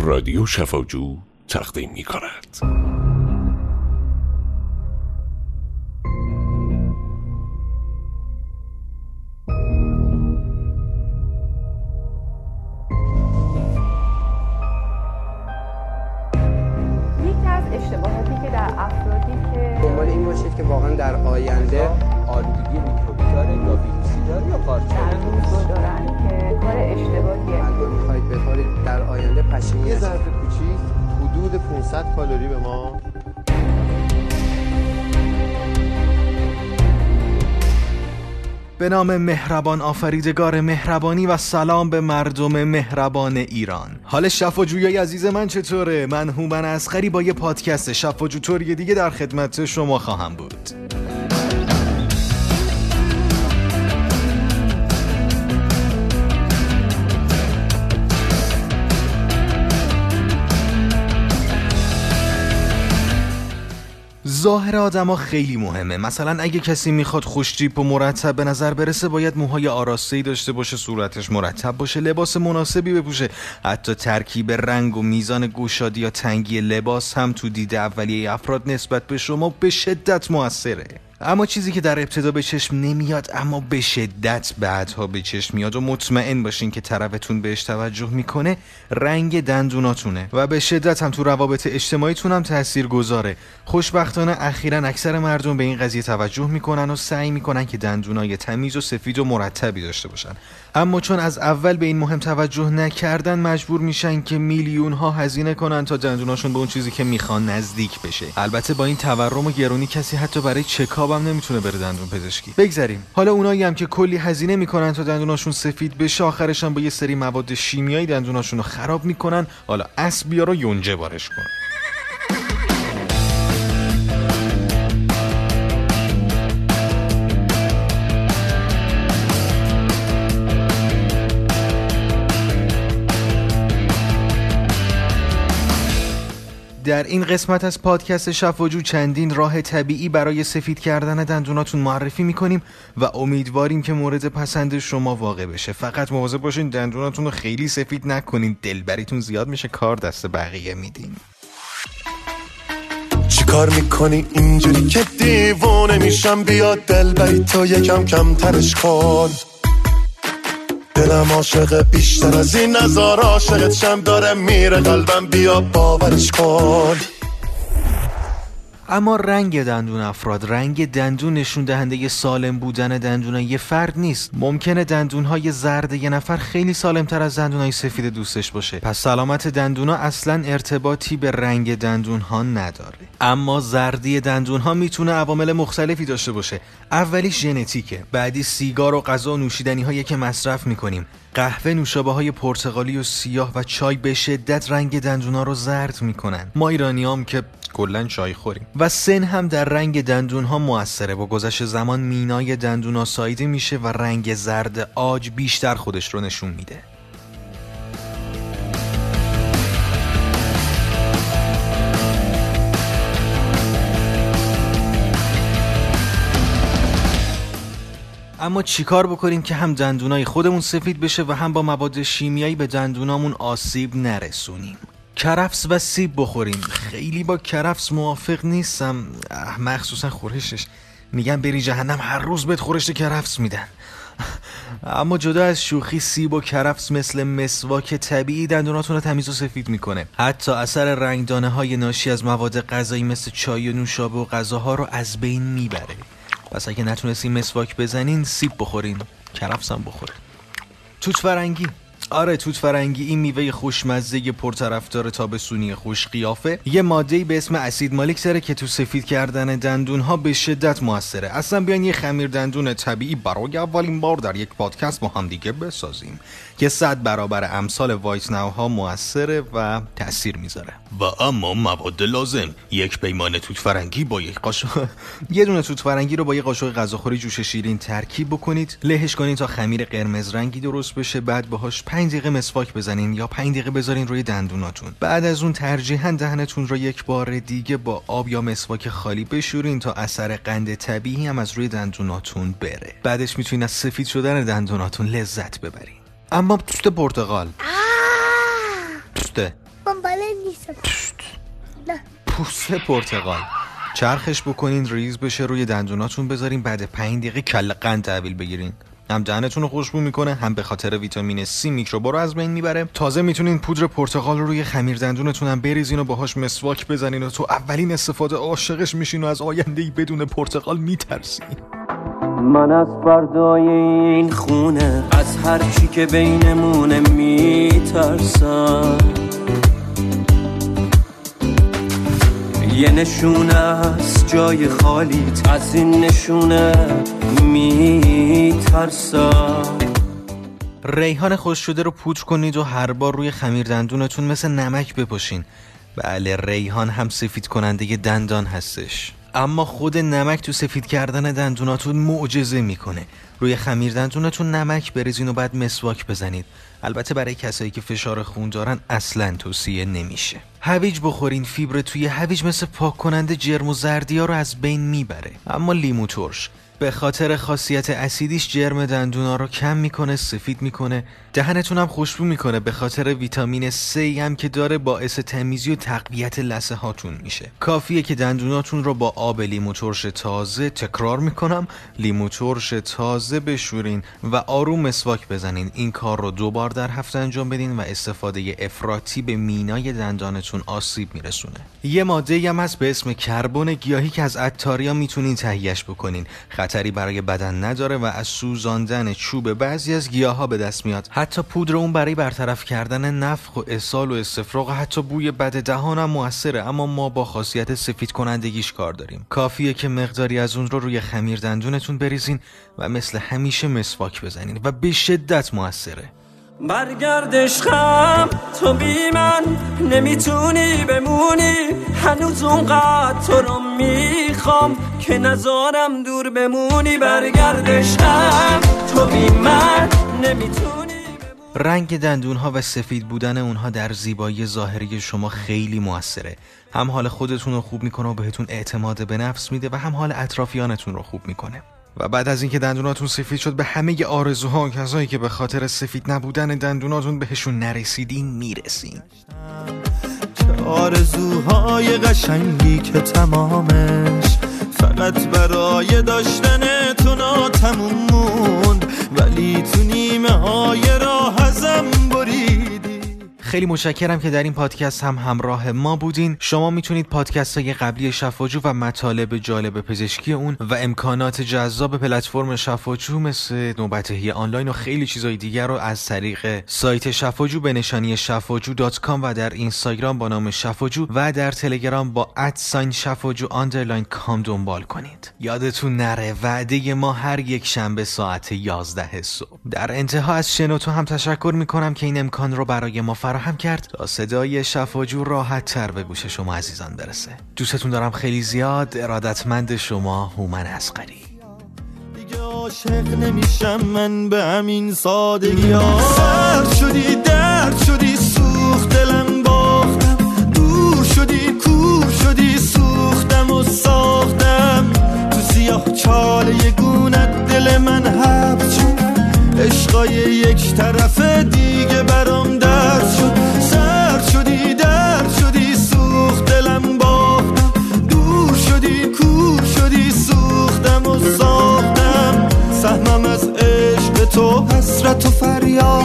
رادیو شفاجو تقدیم می کند. اشتباهاتی که در افرادی که دنبال این باشید که واقعا در آینده آلودگی میکروبی داره یا ویروسی داره یا قارچ دارن که کار اشتباهیه. اگر می‌خواید بخورید در آینده پشیمون یه ظرف کوچیک حدود 500 کالری به ما. به نام مهربان آفریدگار مهربانی و سلام به مردم مهربان ایران. حال شفاجویای عزیز من چطوره؟ من هومن اصغری با یه پادکست شفاجوتوری دیگه در خدمت شما خواهم بود. ظاهر آدما خیلی مهمه. مثلا اگه کسی میخواد خوش‌تیپ و مرتب به نظر برسه باید موهای آراسته‌ای داشته باشه، صورتش مرتب باشه، لباس مناسبی بپوشه. حتی ترکیب رنگ و میزان گشادی یا تنگی لباس هم تو دید اولیه افراد نسبت به شما به شدت موثره. اما چیزی که در ابتدا به چشم نمیاد اما به شدت بعدها به چشم میاد و مطمئن باشین که طرفتون بهش توجه میکنه رنگ دندوناتونه و به شدت هم تو روابط اجتماعیتون هم تأثیر گذاره. خوشبختانه اخیراً اکثر مردم به این قضیه توجه میکنن و سعی میکنن که دندونای تمیز و سفید و مرتبی داشته باشن. اما چون از اول به این مهم توجه نکردن مجبور میشن که میلیون ها هزینه کنن تا دندوناشون به اون چیزی که میخوان نزدیک بشه. البته با این تورم و گرونی کسی حتی برای چکاپ هم نمیتونه بره دندون پزشکی. بگذریم. حالا اونایی هم که کلی هزینه میکنن تا دندوناشون سفید بشه آخرش هم با یه سری مواد شیمیایی دندوناشون رو خراب میکنن. حالا اسب بیار و یونجه بارش کن. در این قسمت از پادکست شفاجو چندین راه طبیعی برای سفید کردن دندوناتون معرفی میکنیم و امیدواریم که مورد پسند شما واقع بشه. فقط مواظب باشین دندوناتون رو خیلی سفید نکنین، دلبریتون زیاد میشه، کار دست بقیه میدین. چی کار میکنی اینجوری که دیوونه میشم؟ بیا دلبری تو یکم کمترش کن. دلم عاشق بیشتر از این نظر عاشقت شم، داره میره قلبم، بیا باورش کن. اما رنگ دندون افراد، رنگ دندون نشون دهنده سالم بودن دندونای یه فرد نیست. ممکنه دندونهای زرد یه نفر خیلی سالمتر از دندونهای سفید دوستش باشه. پس سلامت دندونا اصلا ارتباطی به رنگ دندونها نداره. اما زردی دندونها میتونه عوامل مختلفی داشته باشه. اولیش ژنتیکه، بعدی سیگار و غذا و نوشیدنی هایی که مصرف میکنیم. قهوه، نوشابه های پرتقالی و سیاه و چای به شدت رنگ دندونا رو زرد میکنن. ما ایرانیام که کلاً چای خوریم. و سن هم در رنگ دندون ها موثره. با گذشت زمان مینای دندون ها ساییده میشه و رنگ زرد عاج بیشتر خودش رو نشون میده. اما چیکار بکنیم که هم دندونای خودمون سفید بشه و هم با مواد شیمیایی به دندونامون آسیب نرسونیم؟ کرفس و سیب بخوریم. خیلی با کرفس موافق نیستم، مخصوصا خورشش. میگن بری جهنم، هر روز بهت خورشت کرفس میدن. اما جدا از شوخی، سیب و کرفس مثل مسواک طبیعی دندوناتون رو تمیز و سفید میکنه. حتی اثر رنگدانه های ناشی از مواد غذایی مثل چای و نوشابه و غذاها رو از بین میبره. پس اگه نتونستین مسواک بزنین، سیب بخورین، کرفس هم بخورین. توت فرنگی. آره، توت فرنگی، این میوه خوشمزه پرطرفدار تابستونی خوش قیافه، یه ماده‌ای به اسم اسید مالیک داره که تو سفید کردن دندون‌ها به شدت موثره. اصلا بیان یه خمیر دندون طبیعی برای اولین بار در یک پادکست با هم دیگه بسازیم که 100 برابر امثال وایت ناوها موثره و تأثیر میذاره. و اما مواد لازم: یک پیمانه توت فرنگی با یک قاشق یه دونه توت فرنگی رو با یک قاشق غذاخوری جوش شیرین ترکیب بکنید، لهش کنید تا خمیر قرمز رنگی درست بشه. بعد باهاش 5 دقیقه مسواک بزنین یا 5 دقیقه بذارین روی دندوناتون. بعد از اون ترجیحاً دهنتون رو یک بار دیگه با آب یا مسواک خالی بشورین تا اثر قند طبیعی هم از روی دندوناتون بره. بعدش میتونین از سفید شدن دندوناتون لذت ببرین. اما توت پرتقال، توت پوست پرتقال. چرخش بکنین ریز بشه، روی دندوناتون بذارین، بعد 5 دقیقه کله قند تحویل بگیرین. هم دهنتون رو خوشبو میکنه، هم به خاطر ویتامین C میکروبا رو از بین میبره. تازه میتونین پودر پرتقال رو روی خمیر دندونتون هم بریزین و باهاش مسواک بزنین و تو اولین استفاده عاشقش میشین و از آینده‌ای بدون پرتقال میترسین. من از فردای این خونه، از هر چی که بینمونه میترسم. یه نشونه از جای خالیت، از این نشونه میترسم. ریحان خشک شده رو پودر کنید و هر بار روی خمیر دندونتون مثل نمک بپاشین. بله، ریحان هم سفید کننده دندان هستش، اما خود نمک تو سفید کردن دندوناتون معجزه میکنه. روی خمیر دندونتون نمک بریزین و بعد مسواک بزنید. البته برای کسایی که فشار خون دارن اصلاً توصیه نمیشه. هویج بخورین، فیبر توی هویج مثل پاک کننده جرم و زردی‌ها رو از بین میبره. اما لیمو ترش به خاطر خاصیت اسیدیش جرم دندونا رو کم میکنه، سفید میکنه، دهنتون هم خوشبو میکنه. به خاطر ویتامین C هم که داره باعث تمیزی و تقویت لثه هاتون میشه. کافیه که دندوناتون رو با آب لیمو ترش تازه، تکرار میکنم، لیمو ترش تازه بشورین و آروم مسواک بزنین. این کار رو 2 بار در هفته انجام بدین و استفاده افراطی به مینای دندانتون آسیب میرسونه. یه ماده‌ای هم هست به اسم کربن گیاهی که از عطاریا میتونین تهیه‌اش بکنین. خطری برای بدن نداره و از سوزاندن چوب بعضی از گیاها به دست میاد. حتی پودر اون برای برطرف کردن نفخ و اسهال و استفراغ و حتی بوی بد دهان هم موثره، اما ما با خاصیت سفید کنندگیش کار داریم. کافیه که مقداری از اون رو روی خمیر دندونتون بریزین و مثل همیشه مسواک بزنین و به شدت موثره. برگرد عشقم، تو بی من نمیتونی بمونی، هنوز اونقدر تو رو میخوام که نذارم دور بمونی. برگرد عشقم، تو بی من نمیتونی. رنگ دندونها و سفید بودن اونها در زیبایی ظاهری شما خیلی موثره. هم حال خودتون رو خوب میکنه و بهتون اعتماد به نفس میده و هم حال اطرافیانتون رو خوب میکنه. و بعد از اینکه دندوناتون سفید شد، به همه آرزوها و کسایی که به خاطر سفید نبودن دندوناتون بهشون نرسیدین میرسین. چه آرزوهای قشنگی که تمامش فقط برای داشتن تو ناتموم موند، ولی تو نیمه های راه ازم بریدی. خیلی متشکرم که در این پادکست هم همراه ما بودین. شما میتونید پادکست های قبلی شفاجو و مطالب جالب پزشکی اون و امکانات جذاب پلتفرم شفاجو مثل نوبتهی آنلاین و خیلی چیزای دیگر رو از طریق سایت شفاجو به نشانی شفاجو.com و در اینستاگرام با نام شفاجو و در تلگرام با @شفاجو_com دنبال کنید. یادتون نره وعده ما هر یک شنبه ساعت 11 صبح. در انتها از شنوتو هم تشکر میکنم که این امکان رو برای ما فراهم کرد تا صدای شفاجو راحت تر به گوش شما عزیزان برسه. دوستتون دارم خیلی زیاد. ارادتمند شما، هومن اصغری. دیگه عاشق نمیشم من به همین سادگی ها. سرد شدی، درد شدی، سوخت دلم باختم، دور شدی، کور شدی، سوختم و ساختم. تو سیاه چاله گونت دل من حبس شد، عشقای یک طرف دیگه برام درد شد. سرد شدی، درد شدی، سوخت دلم باختم، دور شدی، کور شدی، سوختم و ساختم. سهمم از عشق تو حسرت و فریاد